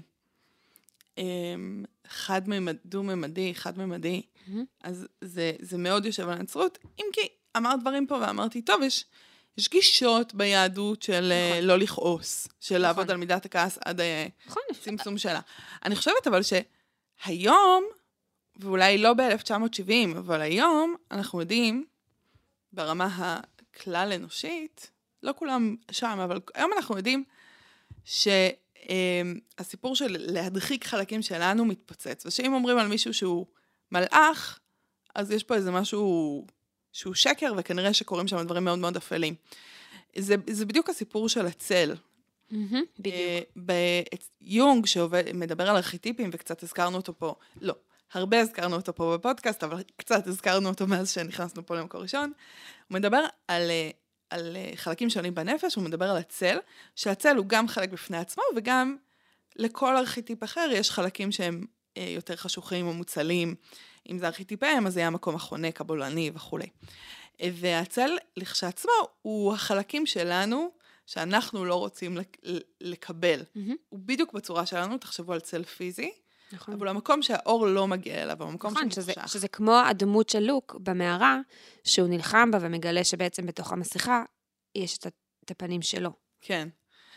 דו-ממדי, חד-ממדי, אז זה מאוד יושב על הנצרות, אם כי אמרת דברים פה ואמרתי, טוב, יש גישות ביהדות של לא לכעוס, של לעבוד על מידת הכעס עד הצמצום שלה. אני חושבת אבל שהיום, ואולי לא ב-1970, אבל היום אנחנו יודעים, ברמה הכלל אנושית, לא כולם שם, אבל היום אנחנו יודעים שהסיפור של להדחיק חלקים שלנו מתפוצץ, ושאם אומרים על מישהו שהוא מלאך, אז יש פה איזה משהו שהוא שקר, וכנראה שקוראים שם דברים מאוד מאוד אפלים. זה בדיוק הסיפור של הצל. בדיוק. ביונג, שמדבר על ארכיטיפים, וקצת הזכרנו אותו פה, לא, הרבה הזכרנו אותו פה בפודקאסט, אבל קצת הזכרנו אותו מאז שנכנסנו פה למקור ראשון, הוא מדבר על חלקים שונים בנפש, הוא מדבר על הצל, שהצל הוא גם חלק בפני עצמו, וגם לכל ארכיטיפ אחר יש חלקים שהם יותר חשוכים או מוצלים, אם זה ארכיטיפיהם, אז זה היה מקום החונק, הבולעני וכו'. והצל לכשעצמו הוא החלקים שלנו, שאנחנו לא רוצים לקבל. הוא בדיוק בצורה שלנו, תחשבו על צל פיזי, אבל המקום שהאור לא מגיע אליו, המקום שמוחשך. שזה כמו הדמות של לוק במערה, שהוא נלחם בה ומגלה שבעצם בתוך המסכה יש את הפנים שלו. כן.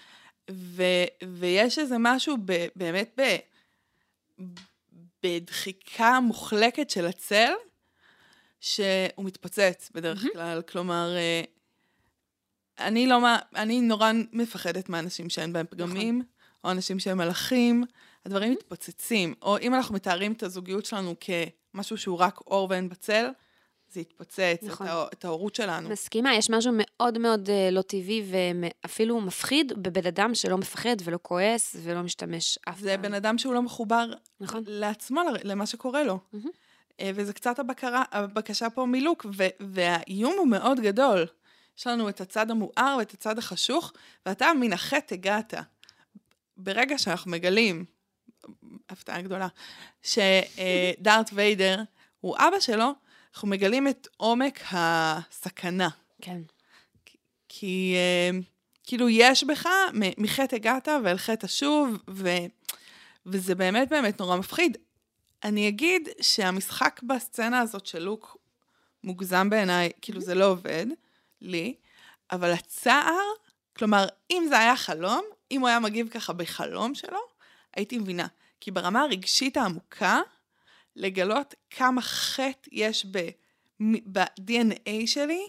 ויש איזה משהו באמת בדחיקה מוחלקת של הצל, שהוא מתפוצץ בדרך כלל. כלומר, אני נורא מפחדת מאנשים שאין בהם פגמים, או אנשים שהם מלאכים, הדברים מתפוצצים. או אם אנחנו מתארים את הזוגיות שלנו כמשהו שהוא רק אור ואין בצל, זה יתפוצץ, את ההורות שלנו. מסכימה, יש משהו מאוד מאוד לא טבעי, ואפילו מפחיד בבן אדם שלא מפחד ולא כועס ולא משתמש אף פעם. זה בן אדם שהוא לא מחובר לעצמו, למה שקורה לו. וזה קצת הבקשה פה מלוק, והאיום הוא מאוד גדול. יש לנו את הצד המואר ואת הצד החשוך, ואתה מן החטא הגעת. ברגע שאנחנו מגלים, הפתעה גדולה, שדארת ויידר הוא אבא שלו, אנחנו מגלים את עומק הסכנה. כן. כי כאילו יש בך, מחטא הגעת ואל חטא שוב, וזה באמת באמת נורא מפחיד. אני אגיד שהמשחק בסצנה הזאת של לוק מוגזם בעיניי, כאילו זה לא עובד לי, אבל הצער כלומר, אם זה היה חלום, אם הוא היה מגיב ככה בחלום שלו, הייתי מבינה. כי ברמה הרגשית העמוקה, לגלות כמה חטא יש ב-DNA שלי,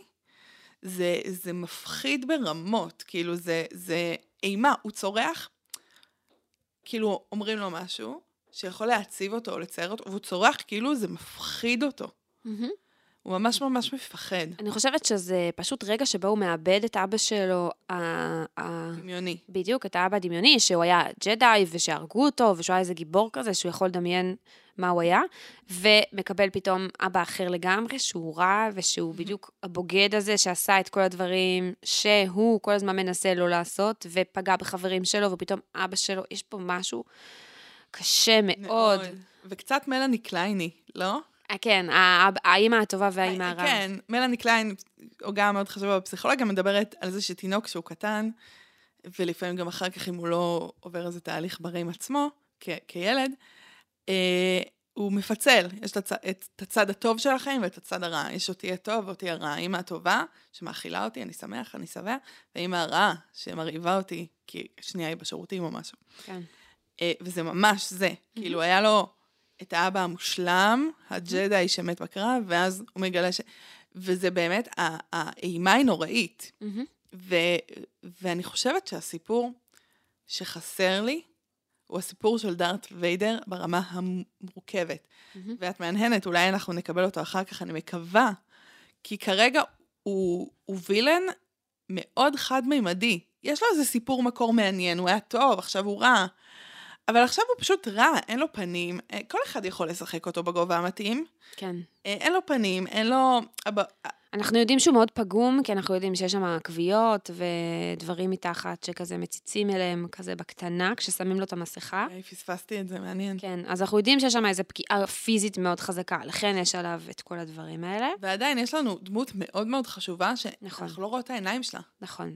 זה מפחיד ברמות, כאילו זה אימה, הוא צורח, כאילו אומרים לו משהו, שיכול להציב אותו או לצייר אותו, והוא צורח כאילו זה מפחיד אותו. הוא ממש ממש מפחד. אני חושבת שזה פשוט רגע שבו הוא מאבד את אבא שלו, דמיוני. בדיוק, את האבא הדמיוני, שהוא היה ג'די, ושהרגו אותו, ושהוא היה איזה גיבור כזה, שהוא יכול לדמיין מה הוא היה, ומקבל פתאום אבא אחר לגמרי, שהוא רע, ושהוא בדיוק הבוגד הזה, שעשה את כל הדברים שהוא כל הזמן מנסה לא לעשות, ופגע בחברים שלו, ופתאום אבא שלו, יש פה משהו קשה מאוד. וקצת מלאני קלייני, לא? כן, האמא הטובה והאמא הרעה. כן, מלאני קליין, הוגה מאוד חשובה בפסיכולוגיה, מדברת על זה שתינוק שהוא קטן, ולפעמים גם אחר כך אם הוא לא עובר איזה תהליך בריא עם עצמו, כילד, הוא מפצל, יש את הצד הטוב של החיים ואת הצד הרע. יש אותי הטוב ואותי הרע. האמא הטובה שמאכילה אותי, אני שמח, אני שבע, והאמא הרעה שמרעיבה אותי, כי שנייה היא בשירותים או משהו. כן. וזה ממש זה. כאילו היה לו את האבא המושלם, הג'די שמת בקרב, ואז הוא מגלה וזה באמת, האימה היא נוראית. ואני חושבת שהסיפור שחסר לי, הוא הסיפור של דארת ויידר ברמה המורכבת. ואת מעניינת, אולי אנחנו נקבל אותו אחר כך, אני מקווה, כי כרגע הוא וילן מאוד חד-מימדי. יש לו איזה סיפור מקור מעניין, הוא היה טוב, עכשיו הוא רע, אבל עכשיו הוא פשוט רע, אין לו פנים, כל אחד יכול לשחק אותו בגובה המתאים. כן. אין לו פנים, אין לו... אנחנו יודעים שהוא מאוד פגום, כי אנחנו יודעים שיש שם כוויות ודברים מתחת שכזה מציצים אליהם, כזה בקטנה, כששמים לו את המסכה. פספסתי את זה, מעניין. כן, אז אנחנו יודעים שיש שם איזו פגיעה פיזית מאוד חזקה, לכן יש עליו את כל הדברים האלה. ועדיין יש לנו דמות מאוד מאוד חשובה, שאנחנו לא רואות את העיניים שלה. נכון.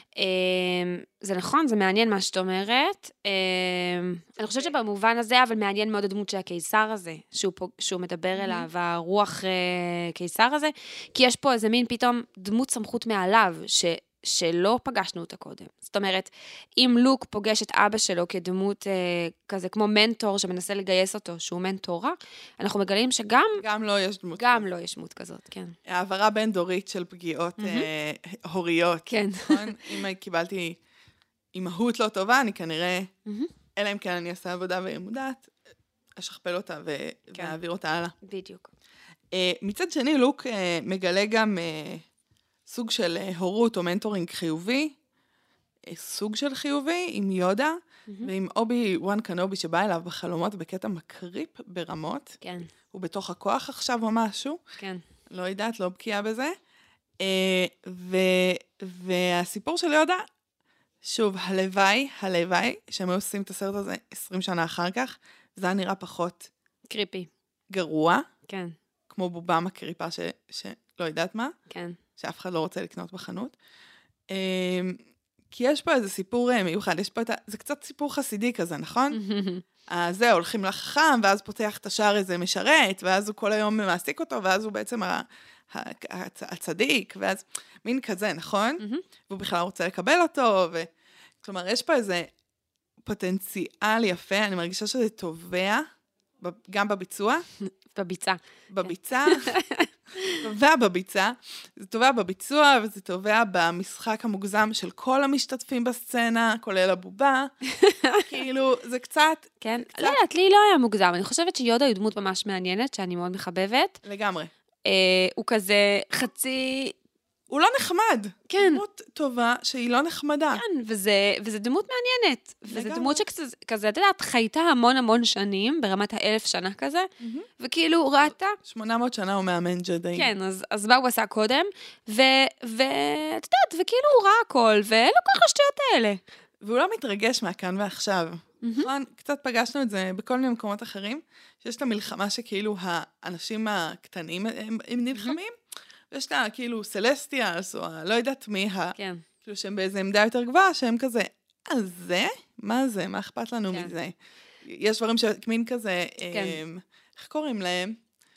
זה נכון, זה מעניין מה שאת אומרת. אני חושבת שבמובן הזה, אבל מעניין מאוד הדמות של הקיסר הזה, שהוא מדבר אליו, הרוח קיסר הזה, כי יש פה איזה מין פתאום דמות סמכות מעליו, שלא פגשנו אותה קודם. זאת אומרת, אם לוק פוגש את אבא שלו כדמות כזה כמו מנטור שמנסה לגייס אותו, שהוא מנטור רע, אנחנו מגלים שגם... גם לא יש דמות. גם לא יש דמות כזאת, כן. העברה בין דורית של פגיעות הוריות. כן. נכון? אם קיבלתי אימהות לא טובה, אני כנראה, אלא אם כן אני אעשה עבודה והיא מודעת, אשכפל אותה ואעביר אותה הלאה. בדיוק. מצד שני, לוק מגלה גם סוג של הורות או מנטורינג חיובי, סוג של חיובי עם יודה, ועם אובי וואן קנובי שבא אליו בחלומות בקטע מקריפ ברמות. כן. הוא בתוך הכוח עכשיו או משהו. כן. לא יודעת, לא בקיאה בזה. והסיפור של יודה, שוב, הלוואי, שהם היו עושים את הסרט הזה 20 שנה אחר כך, זה היה נראה פחות קריפי. גרוע. כן. כמו בובה מקריפה שלא יודעת מה. כן. שאף אחד לא רוצה לקנות בחנות. כי יש פה איזה סיפור מיוחד, יש פה זה קצת סיפור חסידי כזה, נכון? זה, הולכים לחכם, ואז פותח את השער איזה משרת, ואז הוא כל היום מעסיק אותו, ואז הוא בעצם הצדיק, ואז מין כזה, נכון? והוא בכלל רוצה לקבל אותו, כלומר, יש פה איזה פוטנציאל יפה, אני מרגישה שזה תובע, גם בביצוע. בביצה. תובע בביצה, זה תובע בביצוע, וזה תובע במשחק המוגזם של כל המשתתפים בסצנה, כולל הבובה, כאילו, זה קצת... כן, לא יודעת, לי לא היה מוגזם, אני חושבת שיודה היא דמות ממש מעניינת, שאני מאוד מחבבת. לגמרי. הוא כזה חצי... הוא לא נחמד. כן. דמות טובה שהיא לא נחמדה. כן, וזה דמות מעניינת. וזה דמות שכזה, אתה יודעת, חייתה המון שנים, ברמת 1000 שנה כזה, וכאילו ראתה... 800 שנה הוא מאמן ג'די. כן, אז מה הוא עשה קודם? ואת יודעת, וכאילו הוא ראה הכל, ואין לו כל השטויות האלה. והוא לא מתרגש מהכאן ועכשיו. נכון? קצת פגשנו את זה בכל מיני מקומות אחרים, שיש את המלחמה שכאילו האנשים הקטנים הם נלחמים, ויש את כאילו סלסטיאלס, או לא יודעת מי, כן. כאילו שהם באיזו עמדה יותר גבוהה, שהם כזה, זה? מה זה? מה אכפת לנו מזה? יש דברים שמין כזה, איך קוראים להם?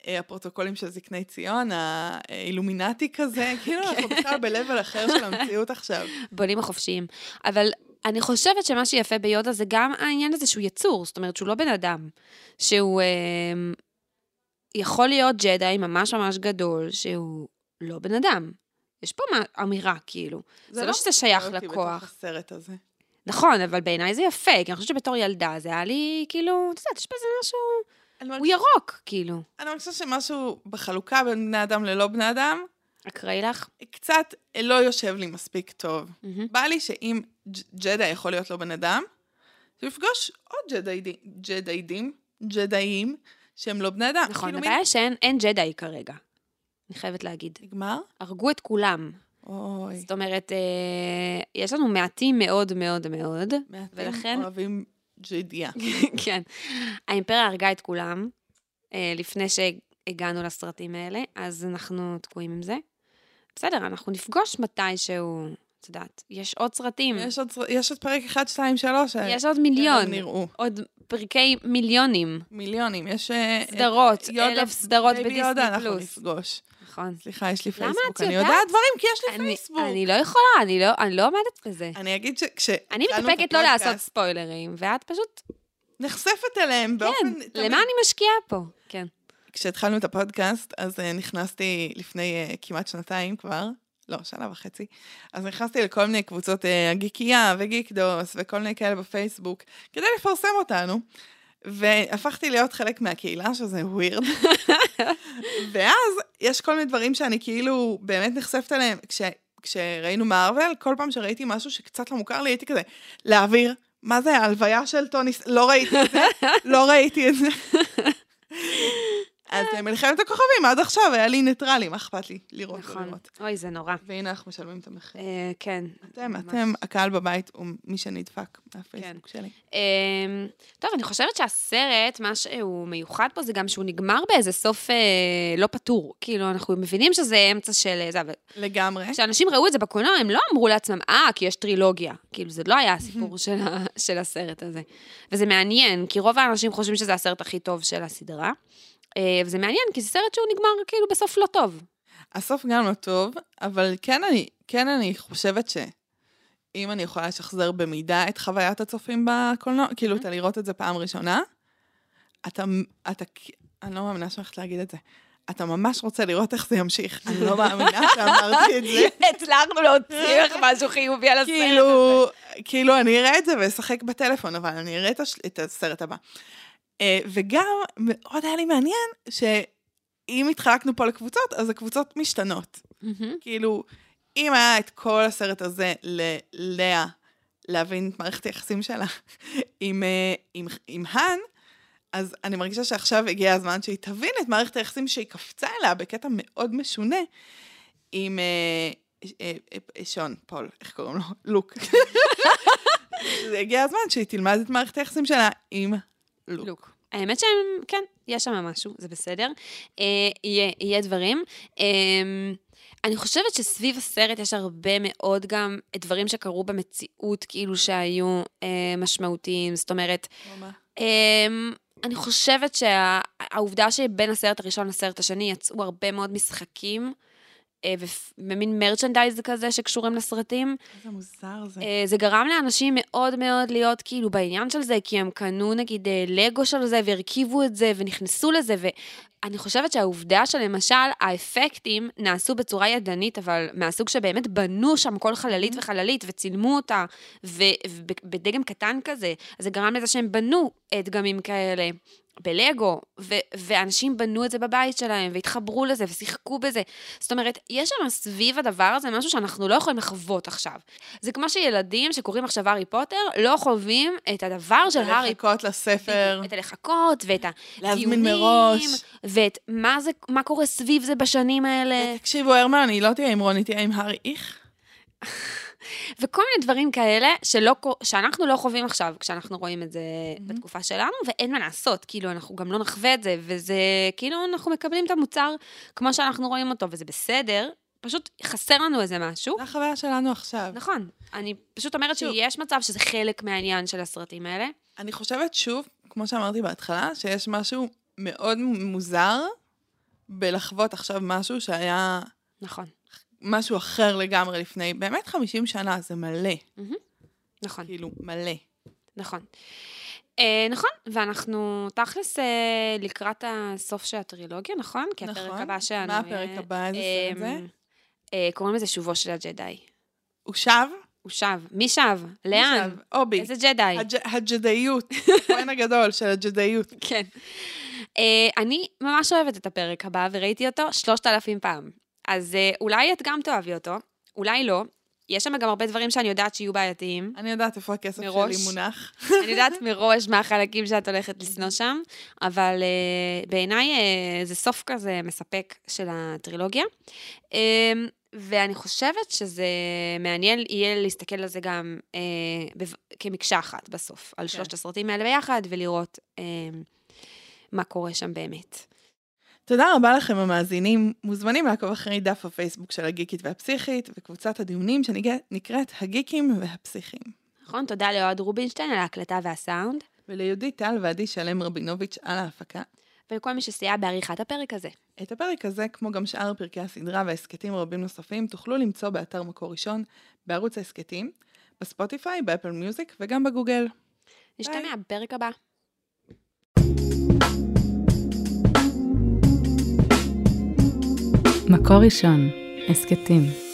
הפרוטוקולים של זקני ציון, האילומינטי כזה, כאילו אנחנו בכלל בלבל אחר של המציאות עכשיו. בונים החופשיים. אבל אני חושבת שמה שיפה ביודה זה גם העניין הזה שהוא יצור, זאת אומרת שהוא לא בן אדם, שהוא יכול להיות ג'די ממש ממש גדול, שהוא לא בן אדם. יש פה אמירה, כאילו. זה לא שזה שייך לכוח. הסרט הזה. נכון, אבל בעיניי זה יפה, כי אני חושבת שבתור ילדה זה היה לי, כאילו, אתה יודעת, יש בזה משהו, הוא ירוק, כאילו. אני חושבת שמשהו בחלוקה בין בני אדם ללא בני אדם, אקראי לך? קצת לא יושב לי מספיק טוב. בא לי שאם ג'די יכול להיות לא בן אדם, הוא יפגוש עוד ג'דאים, שהם לא בני אדם. נכון, הבעיה שאין ג'די כרגע. אני חייבת להגיד. נגמר? הרגו את כולם. אוי. זאת אומרת, יש לנו מעטים מאוד מאוד מאוד. מעטים אוהבים ג'דיה. כן. האימפריה הרגה את כולם, לפני שהגענו לסרטים האלה, אז אנחנו תקועים עם זה. בסדר, אנחנו נפגוש מתישהו, את יודעת, יש עוד סרטים. יש עוד פרק 1, 2, 3. יש עוד מיליון. עוד פרקי מיליונים. מיליונים, יש... סדרות, 1,000 סדרות בדיסני פלוס. אנחנו נפגוש. נכון. סליחה, יש לי פייסבוק. אני יודעת דברים כי יש לי פייסבוק. אני לא יכולה, אני לא עומדת בזה. אני אגיד אני מתאפקת לא לעשות ספוילרים, ואת פשוט... נחשפת אליהם באופן... כן, למה אני משקיעה פה? כן. כשהתחלנו את הפודקאסט, אז נכנסתי לפני כמעט שנתיים כבר, לא, 1.5 שנה, אז נכנסתי לכל מיני קבוצות הגיקייה וגיקדוס וכל מיני כאלה בפייסבוק, כדי לפרסם אותנו, והפכתי להיות חלק מהקהילה, שזה ווירד. ואז יש כל מיני דברים שאני כאילו באמת נחשפת עליהם, כשראינו מארוול, כל פעם שראיתי משהו שקצת לא מוכר לי, הייתי כזה, להעביר, מה זה, ההלוויה של טוני, לא ראיתי את זה. אז מלחמת הכוכבים, עד עכשיו היה לי ניטרלי, מה אכפת לי לראות ולראות. אוי, זה נורא. והנה אנחנו משלמים את המחיר. כן. אתם, הקהל בבית הוא מי שנדפק מהפייסבוק שלי. טוב, אני חושבת שהסרט, מה שהוא מיוחד פה, זה גם שהוא נגמר באיזה סוף לא פתור. כאילו, אנחנו מבינים שזה אמצע של זה, אבל... לגמרי. כשאנשים ראו את זה בקולנוע, הם לא אמרו לעצמם, כי יש טרילוגיה. כאילו, זה לא היה הסיפור של הסרט הזה. וזה מעניין, כי רוב האנשים חושבים שזה הסרט הכי טוב של הסדרה. וזה מעניין, כי זה סרט שהוא נגמר כאילו בסוף לא טוב. הסוף גם לא טוב, אבל כן אני חושבת שאם אני יכולה לשחזר במידה את חוויית הצופים בקולנוע, כאילו אתה לראות את זה פעם ראשונה, אני לא מאמינה שאני הולכת להגיד את זה, אתה ממש רוצה לראות איך זה ימשיך. אני לא מאמינה שאמרתי את זה. הצלחנו להוציא לך משהו חיובי על הסרט הזה. כאילו אני אראה את זה ואשחק בטלפון, אבל אני אראה את הסרט הבא. וגם מאוד היה לי מעניין שאם התחלקנו פה לקבוצות, אז הקבוצות משתנות. כאילו, אם היה את כל הסרט הזה ללאה, להבין את מערכת היחסים שלה עם האן, אז אני מרגישה שעכשיו הגיע הזמן שהיא תבין את מערכת היחסים שהיא קפצה אליה בקטע מאוד משונה עם שון, פול, איך קוראים לו? לוק. זה הגיע הזמן שהיא תלמד את מערכת היחסים שלה עם לוק. האמת שהם, כן, יש שם משהו, זה בסדר. יהיה דברים. אני חושבת שסביב הסרט יש הרבה מאוד גם דברים שקרו במציאות, כאילו שהיו משמעותיים. זאת אומרת, אני חושבת שהעובדה שבין הסרט הראשון לסרט השני יצאו הרבה מאוד משחקים, ומין מרצ'נדייז כזה שקשורים לסרטים. איזה מוזר זה. זה גרם לאנשים מאוד מאוד להיות כאילו בעניין של זה, כי הם קנו נגיד לגו של זה, והרכיבו את זה, ונכנסו לזה, ואני חושבת שהעובדה שלמשל, האפקטים נעשו בצורה ידנית, אבל מהסוג שבאמת בנו שם כל חללית וחללית, וצילמו אותה, ובדגם קטן כזה, אז זה גרם לזה שהם בנו דגמים כאלה. בלגו, ואנשים בנו את זה בבית שלהם, והתחברו לזה, ושיחקו בזה. זאת אומרת, יש שם סביב הדבר הזה משהו שאנחנו לא יכולים לחוות עכשיו. זה כמו שילדים שקוראים עכשיו הארי פוטר, לא חווים את הדבר של הארי... לחכות לספר. את הלחכות, ואת להזמין מראש. ואת מה קורה סביב זה בשנים האלה. תקשיבו, הרמיוני, לא תהיה עם רוני, תהיה עם הארי, איך? וכל מיני דברים כאלה שאנחנו לא חווים עכשיו, כשאנחנו רואים את זה בתקופה שלנו, ואין מה לעשות, כאילו אנחנו גם לא נחווה את זה, וזה כאילו אנחנו מקבלים את המוצר כמו שאנחנו רואים אותו, וזה בסדר, פשוט חסר לנו איזה משהו. זה החוויה שלנו עכשיו. נכון, אני פשוט אומרת שיש מצב שזה חלק מהעניין של הסרטים האלה. אני חושבת שוב, כמו שאמרתי בהתחלה, שיש משהו מאוד מוזר, בלחוות עכשיו משהו שהיה נכון. משהו אחר לגמרי לפני, באמת 50 שנה, זה מלא. נכון. כאילו, מלא. נכון. נכון, ואנחנו תכלס לקראת הסוף של הטרילוגיה, נכון? כי הפרק הבא שלנו... מה הפרק הבא? איזה סרט זה? קוראים לזה שובו של הג'די. הוא שב? הוא שב. מי שב? לאן? אובי. איזה ג'די? הג'דאיות. כהן הגדול של הג'דאיות. כן. אני ממש אוהבת את הפרק הבא, וראיתי אותו 3,000 פעם. אז אולי את גם תאהבי אותו, אולי לא. יש שם גם הרבה דברים שאני יודעת שיהיו בעייתיים. אני יודעת איפה הכסף מראש. שלי מונח. אני יודעת מראש מה החלקים שאת הולכת לשנוא שם, אבל בעיניי זה סוף כזה מספק של הטרילוגיה. ואני חושבת שזה מעניין יהיה להסתכל על זה גם כמקשה אחת בסוף, על שלושת הסרטים האלה ביחד, ולראות מה קורה שם באמת. תודה רבה לכם המאזינים, מוזמנים לעקוב אחרי דף הפייסבוק של הגיקית והפסיכית, וקבוצת הדיונים שנקראת הגיקים והפסיכים. נכון, תודה לאוהד רובינשטיין על ההקלטה והסאונד. וליהודית טל ועדי שלם רבינוביץ' על ההפקה. ולכל מי שסייע בעריכת הפרק הזה. את הפרק הזה, כמו גם שאר פרקי הסדרה והסקטים רבים נוספים, תוכלו למצוא באתר מקור ראשון, בערוץ ההסקטים, בספוטיפיי, באפל מיוזיק וגם בגוגל. נשתמע בפרק הבא. מקור ראשון, הסקטים.